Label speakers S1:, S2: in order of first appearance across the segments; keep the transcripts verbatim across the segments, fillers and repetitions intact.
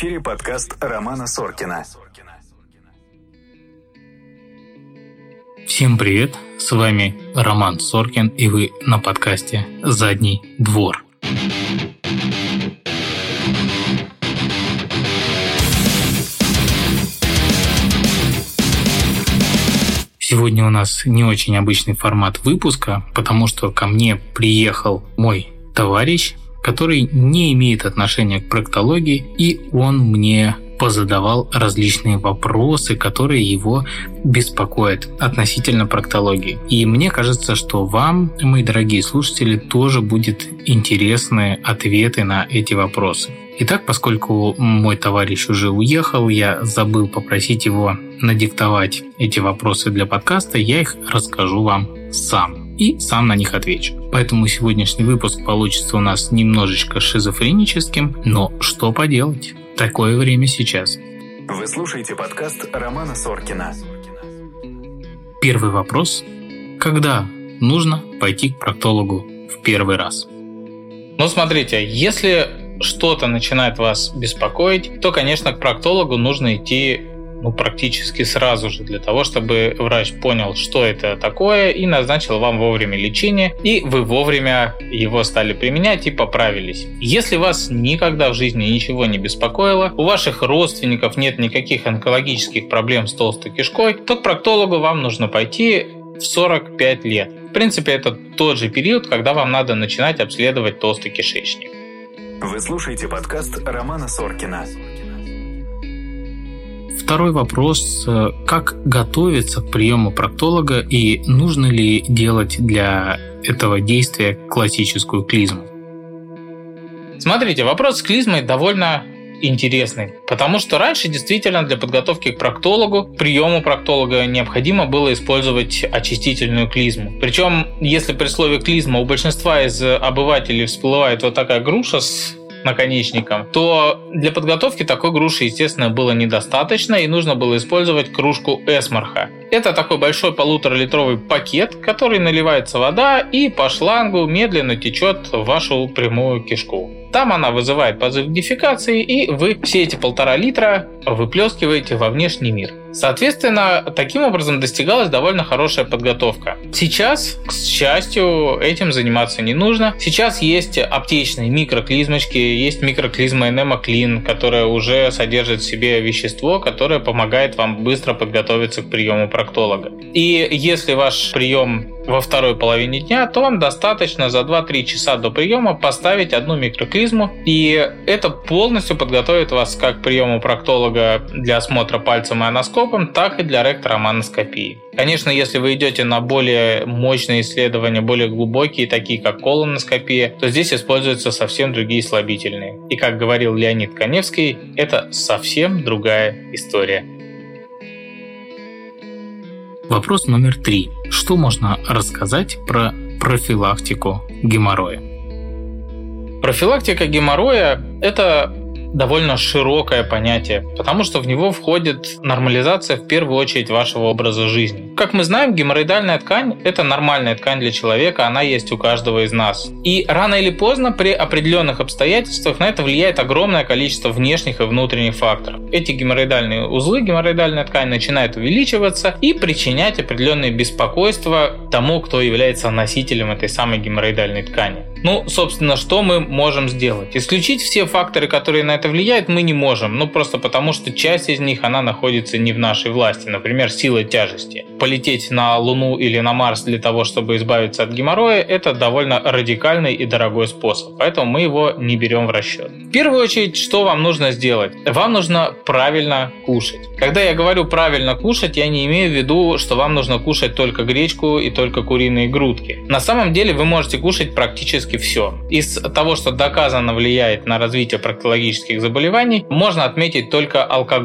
S1: эфире подкаст Романа Соркина.
S2: Всем привет, с вами Роман Соркин, и вы на подкасте «Задний двор». Сегодня у нас не очень обычный формат выпуска, потому что ко мне приехал мой товарищ, который не имеет отношения к проктологии, и он мне позадавал различные вопросы, которые его беспокоят относительно проктологии. И мне кажется, что вам, мои дорогие слушатели, тоже будут интересны ответы на эти вопросы. Итак, поскольку мой товарищ уже уехал, я забыл попросить его надиктовать эти вопросы для подкаста, я их расскажу вам сам и сам на них отвечу. Поэтому сегодняшний выпуск получится у нас немножечко шизофреническим, но что поделать? Такое время сейчас.
S1: Вы слушаете подкаст Романа Соркина.
S2: Первый вопрос. Когда нужно пойти к проктологу в первый раз? Ну, смотрите, если что-то начинает вас беспокоить, то, конечно, к проктологу нужно идти ну, практически сразу же, для того, чтобы врач понял, что это такое, и назначил вам вовремя лечение, и вы вовремя его стали применять и поправились. Если вас никогда в жизни ничего не беспокоило, у ваших родственников нет никаких онкологических проблем с толстой кишкой, то к проктологу вам нужно пойти в сорок пять лет. В принципе, это тот же период, когда вам надо начинать обследовать толстый кишечник.
S1: Вы слушаете подкаст Романа Соркина.
S2: Второй вопрос. Как готовиться к приему проктолога и нужно ли делать для этого действия классическую клизму?
S3: Смотрите, вопрос с клизмой довольно интересный, потому что раньше действительно для подготовки к проктологу, к приему проктолога необходимо было использовать очистительную клизму. Причем, если при слове клизма у большинства из обывателей всплывает вот такая груша с наконечником, то для подготовки такой груши, естественно, было недостаточно, и нужно было использовать кружку эсмарха. Это такой большой полуторалитровый пакет, в который наливается вода и по шлангу медленно течет в вашу прямую кишку. Там она вызывает позыв к дефекации, и вы все эти полтора литра выплескиваете во внешний мир. Соответственно, таким образом достигалась довольно хорошая подготовка. Сейчас, к счастью, этим заниматься не нужно. Сейчас есть аптечные микроклизмочки, есть микроклизма Энемоклин, которая уже содержит в себе вещество, которое помогает вам быстро подготовиться к приему проктолога. И если ваш прием во второй половине дня, то вам достаточно за два-три часа до приема поставить одну микроклизму, и это полностью подготовит вас как к приему проктолога для осмотра пальцем и аноскопом, так и для ректороманоскопии. Конечно, если вы идете на более мощные исследования, более глубокие, такие как колоноскопия, то здесь используются совсем другие слабительные. И как говорил Леонид Каневский, это совсем другая история.
S2: Вопрос номер три. Что можно рассказать про профилактику геморроя?
S3: Профилактика геморроя – это довольно широкое понятие, потому что в него входит нормализация в первую очередь вашего образа жизни. Как мы знаем, геморроидальная ткань – это нормальная ткань для человека, она есть у каждого из нас. И рано или поздно при определенных обстоятельствах на это влияет огромное количество внешних и внутренних факторов. Эти геморроидальные узлы, геморроидальная ткань начинает увеличиваться и причинять определенные беспокойства тому, кто является носителем этой самой геморроидальной ткани. Ну, собственно, что мы можем сделать? Исключить все факторы, которые на это влияют, мы не можем. Ну, просто потому, что часть из них, она находится не в нашей власти. Например, сила тяжести. Полететь на Луну или на Марс для того, чтобы избавиться от геморроя, это довольно радикальный и дорогой способ. Поэтому мы его не берем в расчет. В первую очередь, что вам нужно сделать? Вам нужно правильно кушать. Когда я говорю правильно кушать, я не имею в виду, что вам нужно кушать только гречку и только куриные грудки. На самом деле вы можете кушать практически все. Из того, что доказано влияет на развитие проктологических заболеваний, можно отметить только алкоголь.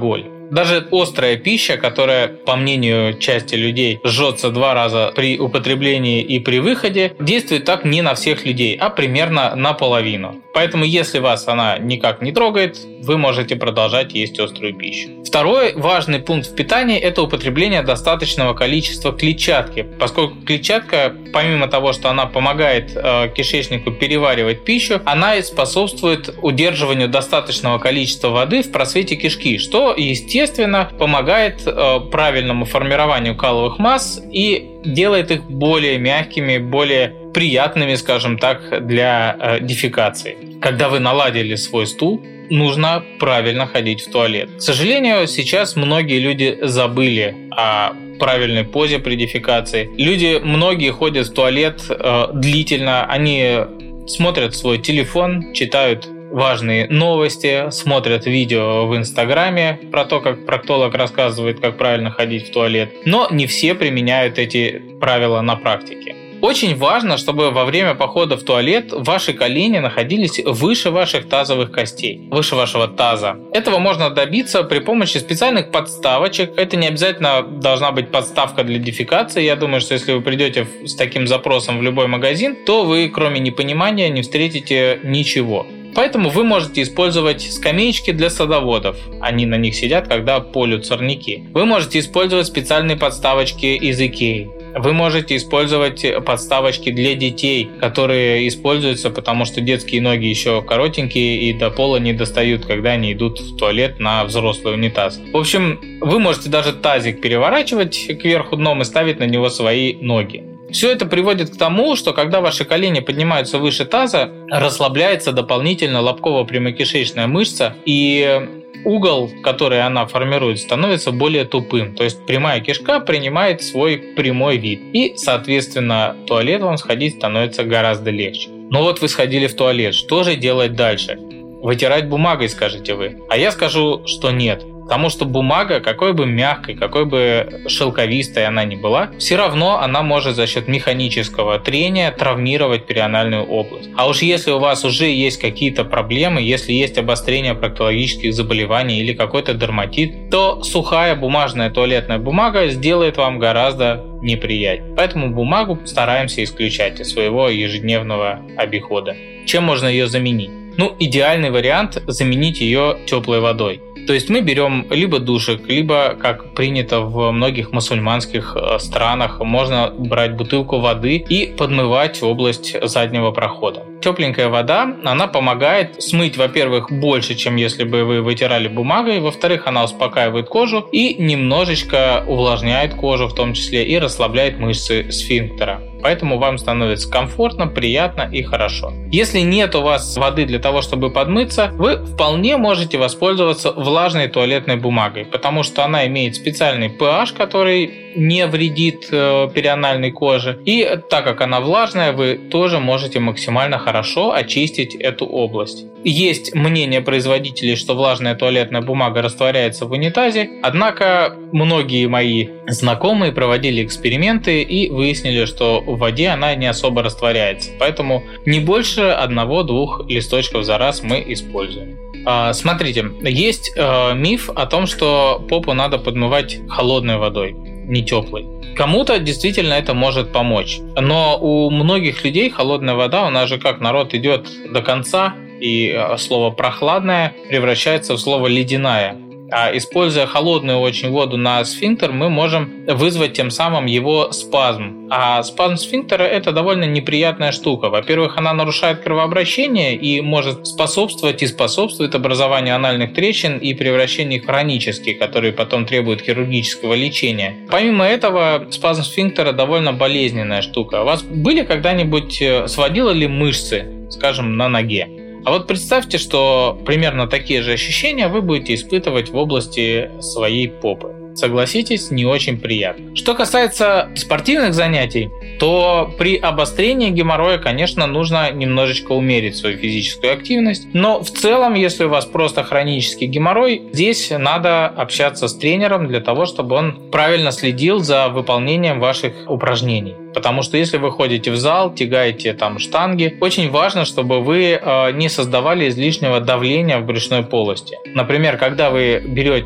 S3: Даже острая пища, которая, по мнению части людей, жжется два раза при употреблении и при выходе, действует так не на всех людей, а примерно наполовину. Поэтому, если вас она никак не трогает, вы можете продолжать есть острую пищу. Второй важный пункт в питании – это употребление достаточного количества клетчатки, поскольку клетчатка, помимо того, что она помогает э, кишечнику переваривать пищу, она и способствует удерживанию достаточного количества воды в просвете кишки, что, естественно, помогает э, правильному формированию каловых масс и делает их более мягкими, более приятными, скажем так, для э, дефекации. Когда вы наладили свой стул, нужно правильно ходить в туалет. К сожалению, сейчас многие люди забыли о правильной позе при дефекации. Люди, многие ходят в туалет э, длительно, они смотрят свой телефон, читают важные новости, смотрят видео в Инстаграме про то, как проктолог рассказывает, как правильно ходить в туалет. Но не все применяют эти правила на практике. Очень важно, чтобы во время похода в туалет ваши колени находились выше ваших тазовых костей, выше вашего таза. Этого можно добиться при помощи специальных подставочек. Это не обязательно должна быть подставка для дефекации. Я думаю, что если вы придете с таким запросом в любой магазин, то вы, кроме непонимания, не встретите ничего. Поэтому вы можете использовать скамеечки для садоводов. Они на них сидят, когда полют сорняки. Вы можете использовать специальные подставочки из Икеи. Вы можете использовать подставочки для детей, которые используются, потому что детские ноги еще коротенькие и до пола не достают, когда они идут в туалет на взрослый унитаз. В общем, вы можете даже тазик переворачивать кверху дном и ставить на него свои ноги. Все это приводит к тому, что когда ваши колени поднимаются выше таза, расслабляется дополнительно лобково-прямокишечная мышца, и угол, который она формирует, становится более тупым. То есть прямая кишка принимает свой прямой вид. И, соответственно, в туалет вам сходить становится гораздо легче. Но вот вы сходили в туалет. Что же делать дальше? Вытирать бумагой, скажете вы. А я скажу, что нет. Потому что бумага, какой бы мягкой, какой бы шелковистой она ни была, все равно она может за счет механического трения травмировать перианальную область. А уж если у вас уже есть какие-то проблемы, если есть обострение проктологических заболеваний или какой-то дерматит, то сухая бумажная туалетная бумага сделает вам гораздо неприятнее. Поэтому бумагу стараемся исключать из своего ежедневного обихода. Чем можно ее заменить? Ну, идеальный вариант – заменить ее теплой водой. То есть мы берем либо душик, либо, как принято в многих мусульманских странах, можно брать бутылку воды и подмывать область заднего прохода. Тепленькая вода, она помогает смыть, во-первых, больше, чем если бы вы вытирали бумагой, во-вторых, она успокаивает кожу и немножечко увлажняет кожу в том числе и расслабляет мышцы сфинктера. Поэтому вам становится комфортно, приятно и хорошо. Если нет у вас воды для того, чтобы подмыться, вы вполне можете воспользоваться влажной туалетной бумагой, потому что она имеет специальный pH, который не вредит э, перианальной коже. И так как она влажная, вы тоже можете максимально хорошо очистить эту область. Есть мнение производителей, что влажная туалетная бумага растворяется в унитазе, однако многие мои знакомые проводили эксперименты и выяснили, что в воде она не особо растворяется. Поэтому не больше одного-двух листочков за раз мы используем. А, смотрите, есть э, миф о том, что попу надо подмывать холодной водой, не теплой. Кому-то действительно это может помочь, но у многих людей холодная вода, у нас же как народ идет до конца, и слово «прохладная» превращается в слово «ледяная». А используя холодную очень воду на сфинктер, мы можем вызвать тем самым его спазм. А спазм сфинктера – это довольно неприятная штука. Во-первых, она нарушает кровообращение и может способствовать и способствует образованию анальных трещин и превращению их в хронические, которые потом требуют хирургического лечения. Помимо этого, спазм сфинктера довольно болезненная штука. У вас были когда-нибудь, сводило ли мышцы, скажем, на ноге? А вот представьте, что примерно такие же ощущения вы будете испытывать в области своей попы. Согласитесь, не очень приятно. Что касается спортивных занятий, то при обострении геморроя, конечно, нужно немножечко умерить свою физическую активность. Но в целом, если у вас просто хронический геморрой, здесь надо общаться с тренером для того, чтобы он правильно следил за выполнением ваших упражнений. Потому что если вы ходите в зал, тягаете там штанги, очень важно, чтобы вы э, не создавали излишнего давления в брюшной полости. Например, когда вы берете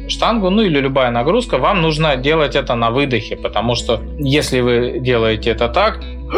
S3: штангу, ну или любая нагрузка, вам нужно делать это на выдохе, потому что если вы делаете это так,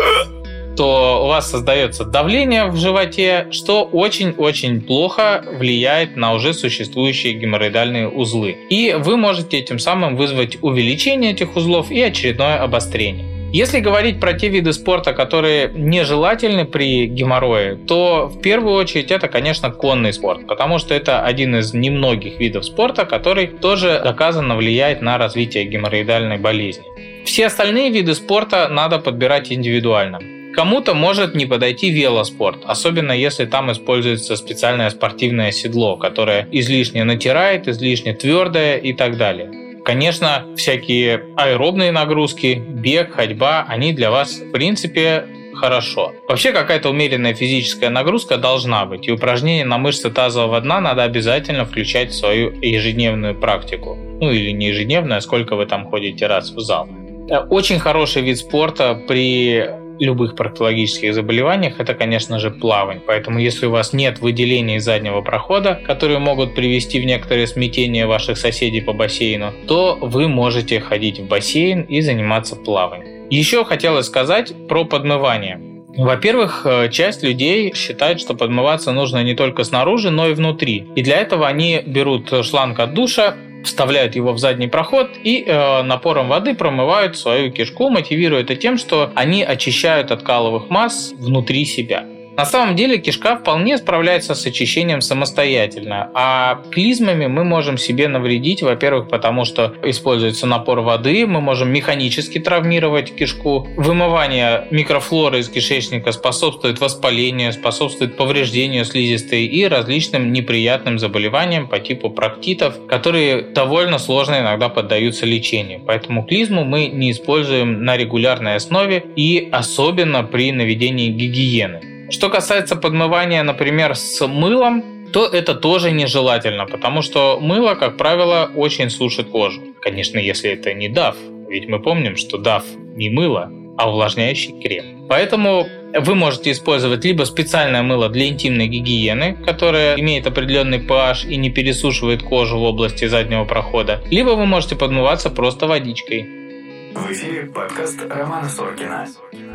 S3: то у вас создается давление в животе, что очень-очень плохо влияет на уже существующие геморроидальные узлы. И вы можете тем самым вызвать увеличение этих узлов и очередное обострение. Если говорить про те виды спорта, которые нежелательны при геморрое, то в первую очередь это, конечно, конный спорт, потому что это один из немногих видов спорта, который тоже доказанно влияет на развитие геморроидальной болезни. Все остальные виды спорта надо подбирать индивидуально. Кому-то может не подойти велоспорт, особенно если там используется специальное спортивное седло, которое излишне натирает, излишне твердое и так далее. Конечно, всякие аэробные нагрузки, бег, ходьба, они для вас в принципе хорошо. Вообще какая-то умеренная физическая нагрузка должна быть, и упражнения на мышцы тазового дна надо обязательно включать в свою ежедневную практику. Ну или не ежедневную, а сколько вы там ходите раз в зал. Очень хороший вид спорта при любых проктологических заболеваниях — это, конечно же, плавание. Поэтому если у вас нет выделений заднего прохода, которые могут привести в некоторые смятения ваших соседей по бассейну, то вы можете ходить в бассейн и заниматься плаванием. Еще хотелось сказать про подмывание. Во-первых, часть людей считает, что подмываться нужно не только снаружи, но и внутри. И для этого они берут шланг от душа, вставляют его в задний проход и э, напором воды промывают свою кишку, мотивируя это тем, что они очищают от каловых масс внутри себя. На самом деле кишка вполне справляется с очищением самостоятельно, а клизмами мы можем себе навредить, во-первых, потому что используется напор воды, мы можем механически травмировать кишку. Вымывание микрофлоры из кишечника способствует воспалению, способствует повреждению слизистой и различным неприятным заболеваниям по типу проктитов, которые довольно сложно иногда поддаются лечению. Поэтому клизму мы не используем на регулярной основе и особенно при наведении гигиены. Что касается подмывания, например, с мылом, то это тоже нежелательно, потому что мыло, как правило, очень сушит кожу. Конечно, если это не даф, ведь мы помним, что даф не мыло, а увлажняющий крем. Поэтому вы можете использовать либо специальное мыло для интимной гигиены, которое имеет определенный pH и не пересушивает кожу в области заднего прохода, либо вы можете подмываться просто водичкой.
S1: В эфире подкаст Романа Соркина.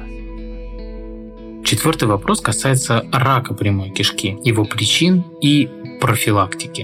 S2: Четвертый вопрос касается рака прямой кишки, его причин и профилактики.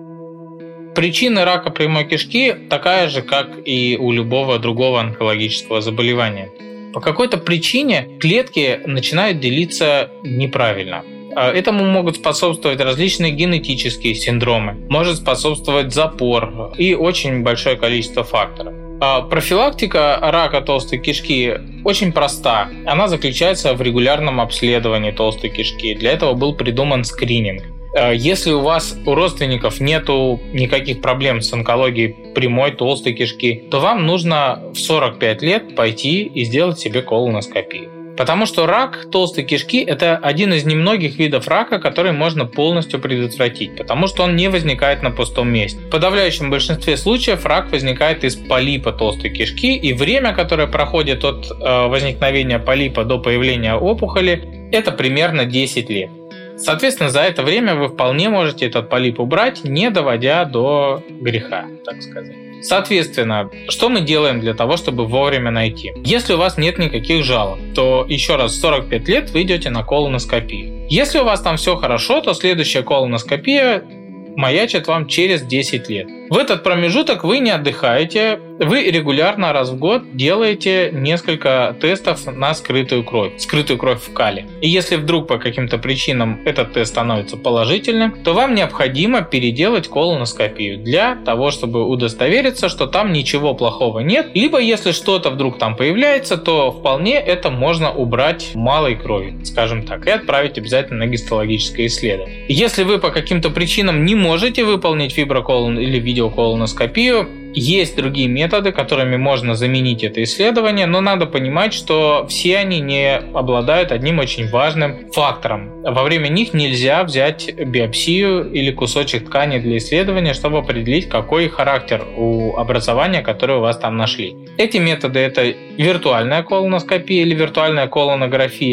S3: Причина рака прямой кишки такая же, как и у любого другого онкологического заболевания. По какой-то причине клетки начинают делиться неправильно. Этому могут способствовать различные генетические синдромы, может способствовать запор и очень большое количество факторов. Профилактика рака толстой кишки очень проста. Она заключается в регулярном обследовании толстой кишки. Для этого был придуман скрининг. Если у вас, у родственников нету никаких проблем с онкологией прямой толстой кишки, то вам нужно в сорок пять лет пойти и сделать себе колоноскопию. Потому что рак толстой кишки – это один из немногих видов рака, который можно полностью предотвратить, потому что он не возникает на пустом месте. В подавляющем большинстве случаев рак возникает из полипа толстой кишки, и время, которое проходит от э, возникновения полипа до появления опухоли, это примерно десять лет. Соответственно, за это время вы вполне можете этот полип убрать, не доводя до греха, так сказать. Соответственно, что мы делаем для того, чтобы вовремя найти? Если у вас нет никаких жалоб, то еще раз в сорок пять лет вы идете на колоноскопию. Если у вас там все хорошо, то следующая колоноскопия маячит вам через десять лет. В этот промежуток вы не отдыхаете, вы регулярно раз в год делаете несколько тестов на скрытую кровь, скрытую кровь в кале. И если вдруг по каким-то причинам этот тест становится положительным, то вам необходимо переделать колоноскопию для того, чтобы удостовериться, что там ничего плохого нет, либо если что-то вдруг там появляется, то вполне это можно убрать малой крови, скажем так, и отправить обязательно на гистологическое исследование. Если вы по каким-то причинам не можете выполнить фиброколон или видеоколоноскопию, есть другие методы, которыми можно заменить это исследование, но надо понимать, что все они не обладают одним очень важным фактором. Во время них нельзя взять биопсию или кусочек ткани для исследования, чтобы определить, какой характер у образования, которое у вас там нашли. Эти методы — это виртуальная колоноскопия или виртуальная колонография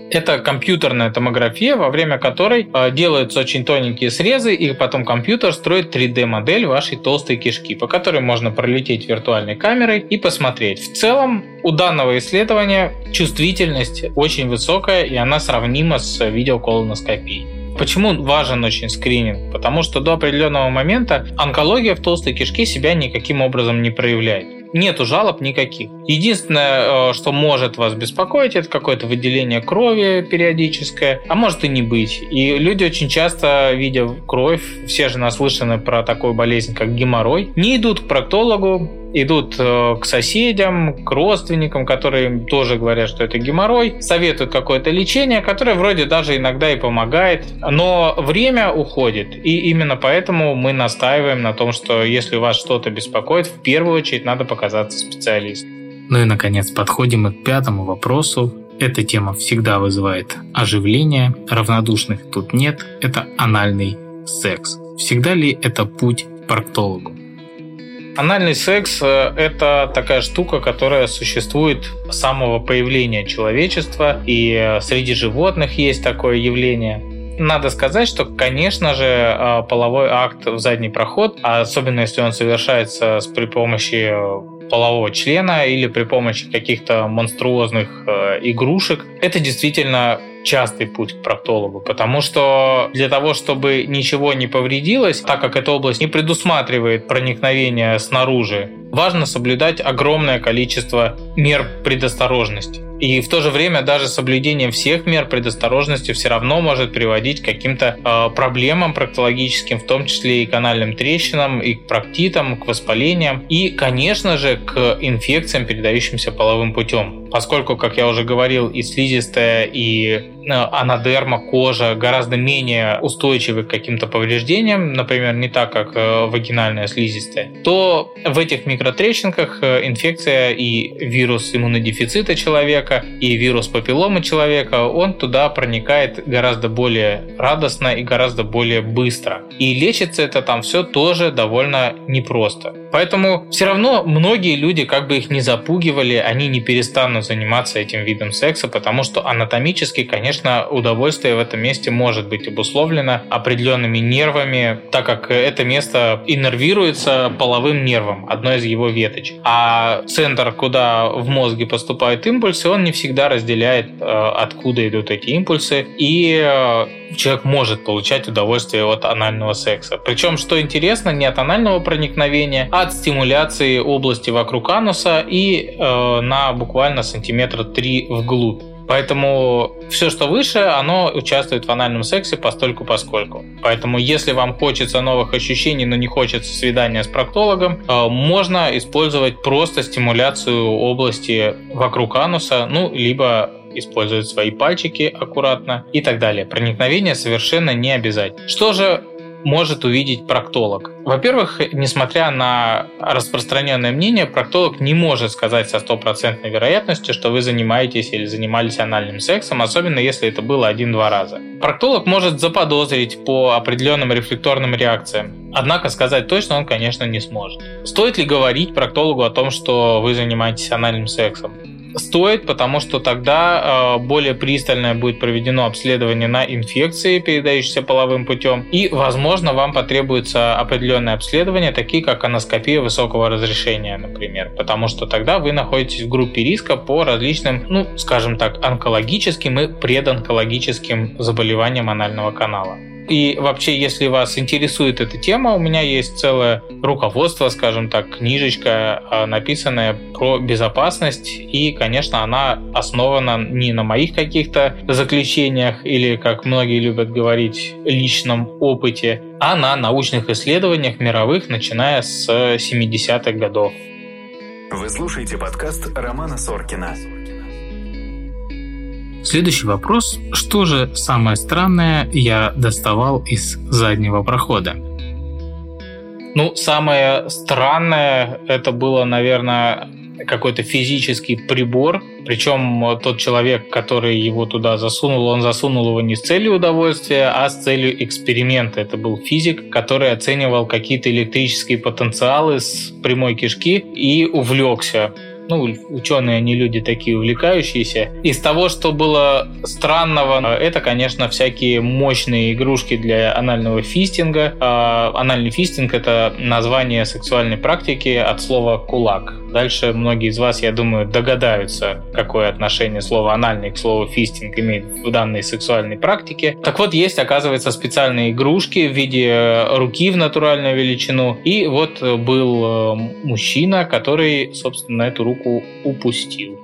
S3: Это компьютерная томография, во время которой э, делаются очень тоненькие срезы, и потом компьютер строит три дэ-модель вашей толстой кишки, по которой можно пролететь виртуальной камерой и посмотреть. В целом, у данного исследования чувствительность очень высокая, и она сравнима с видеоколоноскопией. Почему важен очень скрининг? Потому что до определенного момента онкология в толстой кишке себя никаким образом не проявляет. Нету жалоб никаких. Единственное, что может вас беспокоить, это какое-то выделение крови периодическое, а может и не быть. И люди очень часто, видя кровь, все же наслышаны про такую болезнь, как геморрой, не идут к проктологу, идут к соседям, к родственникам, которые им тоже говорят, что это геморрой, советуют какое-то лечение, которое вроде даже иногда и помогает, но время уходит. И именно поэтому мы настаиваем на том, что если вас что-то беспокоит, в первую очередь надо показаться специалисту.
S2: Ну и, наконец, подходим мы к пятому вопросу. Эта тема всегда вызывает оживление, равнодушных тут нет. Это анальный секс. Всегда ли это путь к проктологу?
S3: Анальный секс – это такая штука, которая существует с самого появления человечества, и среди животных есть такое явление. Надо сказать, что, конечно же, половой акт в задний проход, особенно если он совершается при помощи полового члена или при помощи каких-то монструозных игрушек, это действительно частый путь к проктологу, потому что для того, чтобы ничего не повредилось, так как эта область не предусматривает проникновение снаружи, важно соблюдать огромное количество мер предосторожности. И в то же время даже соблюдение всех мер предосторожности все равно может приводить к каким-то э, проблемам проктологическим, в том числе и к анальным трещинам, и к проктитам, к воспалениям, и, конечно же, к инфекциям, передающимся половым путем. Поскольку, как я уже говорил, и слизистая, и э, анодерма, кожа гораздо менее устойчивы к каким-то повреждениям, например, не так, как э, вагинальная слизистая, то в этих микротрещинках э, инфекция и вирус иммунодефицита человека, и вирус папилломы человека, он туда проникает гораздо более радостно и гораздо более быстро. И лечится это там все тоже довольно непросто. Поэтому все равно многие люди, как бы их ни запугивали, они не перестанут заниматься этим видом секса, потому что анатомически, конечно, удовольствие в этом месте может быть обусловлено определенными нервами, так как это место иннервируется половым нервом, одной из его веточек. А центр, куда в мозге поступают импульсы, он не всегда разделяет, откуда идут эти импульсы, и человек может получать удовольствие от анального секса. Причем, что интересно, не от анального проникновения, а от стимуляции области вокруг ануса и э, на буквально сантиметра три вглубь. Поэтому все, что выше, оно участвует в анальном сексе постольку-поскольку. Поэтому, если вам хочется новых ощущений, но не хочется свидания с проктологом, можно использовать просто стимуляцию области вокруг ануса, ну, либо использовать свои пальчики аккуратно и так далее. Проникновение совершенно не обязательно. Что же может увидеть проктолог? Во-первых, несмотря на распространенное мнение, проктолог не может сказать со стопроцентной вероятностью, что вы занимаетесь или занимались анальным сексом, особенно если это было один-два раза. Проктолог может заподозрить по определенным рефлекторным реакциям, однако сказать точно он, конечно, не сможет. Стоит ли говорить проктологу о том, что вы занимаетесь анальным сексом? Стоит, потому что тогда э, более пристальное будет проведено обследование на инфекции, передающиеся половым путем, и, возможно, вам потребуется определенные обследования, такие как аноскопия высокого разрешения, например, потому что тогда вы находитесь в группе риска по различным, ну, скажем так, онкологическим и предонкологическим заболеваниям анального канала. И вообще, если вас интересует эта тема, у меня есть целое руководство, скажем так, книжечка, написанная про безопасность. И, конечно, она основана не на моих каких-то заключениях или, как многие любят говорить, личном опыте, а на научных исследованиях мировых, начиная с семидесятых годов.
S1: Вы слушаете подкаст Романа Соркина.
S2: Следующий вопрос. Что же самое странное я доставал из заднего прохода?
S3: Ну, самое странное это было, наверное, какой-то физический прибор. Причем тот человек, который его туда засунул, он засунул его не с целью удовольствия, а с целью эксперимента. Это был физик, который оценивал какие-то электрические потенциалы с прямой кишки и увлекся Ну, ученые, они люди такие увлекающиеся. Из того, что было странного, это, конечно, всякие мощные игрушки для анального фистинга. Анальный фистинг — это название сексуальной практики от слова «кулак». Дальше многие из вас, я думаю, догадаются, какое отношение слово «анальный» к слову «фистинг» имеет в данной сексуальной практике. Так вот, есть, оказывается, специальные игрушки в виде руки в натуральную величину. И вот был мужчина, который, собственно, эту руку упустил.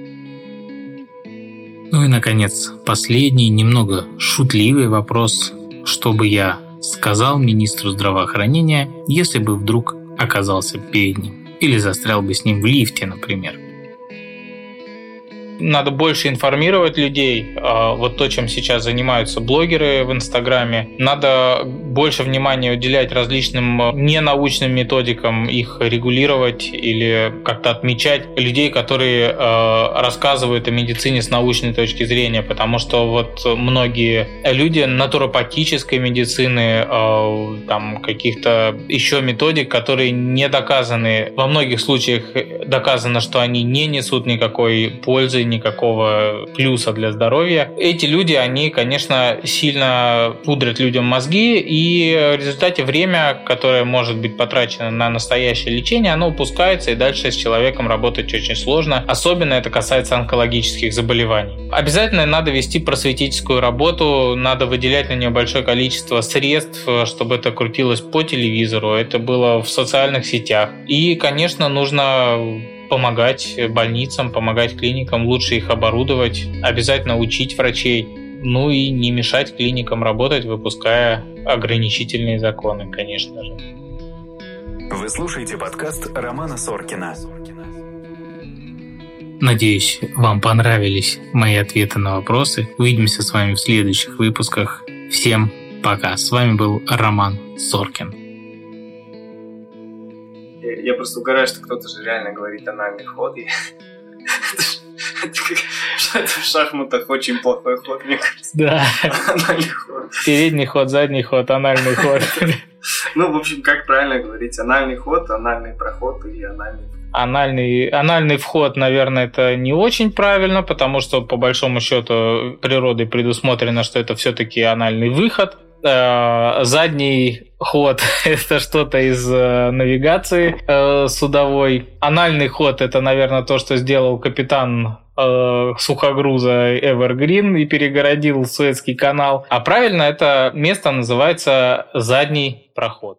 S2: Ну и, наконец, последний, немного шутливый вопрос. Что бы я сказал министру здравоохранения, если бы вдруг оказался перед ним? Или застрял бы с ним в лифте, например?
S3: Надо больше информировать людей. Вот то, чем сейчас занимаются блогеры в Инстаграме. Надо больше внимания уделять различным ненаучным методикам, их регулировать или как-то отмечать людей, которые рассказывают о медицине с научной точки зрения, потому что вот многие люди натуропатической медицины, там каких-то еще методик, которые не доказаны. Во многих случаях доказано, что они не несут никакой пользы, никакого плюса для здоровья. Эти люди, они, конечно, сильно пудрят людям мозги, и в результате время, которое может быть потрачено на настоящее лечение, оно упускается, и дальше с человеком работать очень сложно. Особенно это касается онкологических заболеваний. Обязательно надо вести просветительскую работу, надо выделять на нее большое количество средств, чтобы это крутилось по телевизору, это было в социальных сетях. И, конечно, нужно помогать больницам, помогать клиникам, лучше их оборудовать, обязательно учить врачей, ну и не мешать клиникам работать, выпуская ограничительные законы, конечно же.
S1: Вы слушаете подкаст Романа Соркина.
S2: Надеюсь, вам понравились мои ответы на вопросы. Увидимся с вами в следующих выпусках. Всем пока. С вами был Роман Соркин.
S4: Я просто угораю, что кто-то же реально говорит анальный ход. Это в шахматах очень плохой ход, мне кажется.
S3: Да.
S4: Анальный ход.
S3: Передний ход, задний ход, анальный ход.
S4: Ну, в общем, как правильно говорить? Анальный ход, анальный проход или анальный...
S3: Анальный, анальный вход, наверное, это не очень правильно, потому что, по большому счету, природой предусмотрено, что это все-таки анальный выход. Задний ход – это что-то из навигации судовой. Анальный ход – это, наверное, то, что сделал капитан сухогруза Evergreen и перегородил Суэцкий канал. А правильно, это место называется задний проход.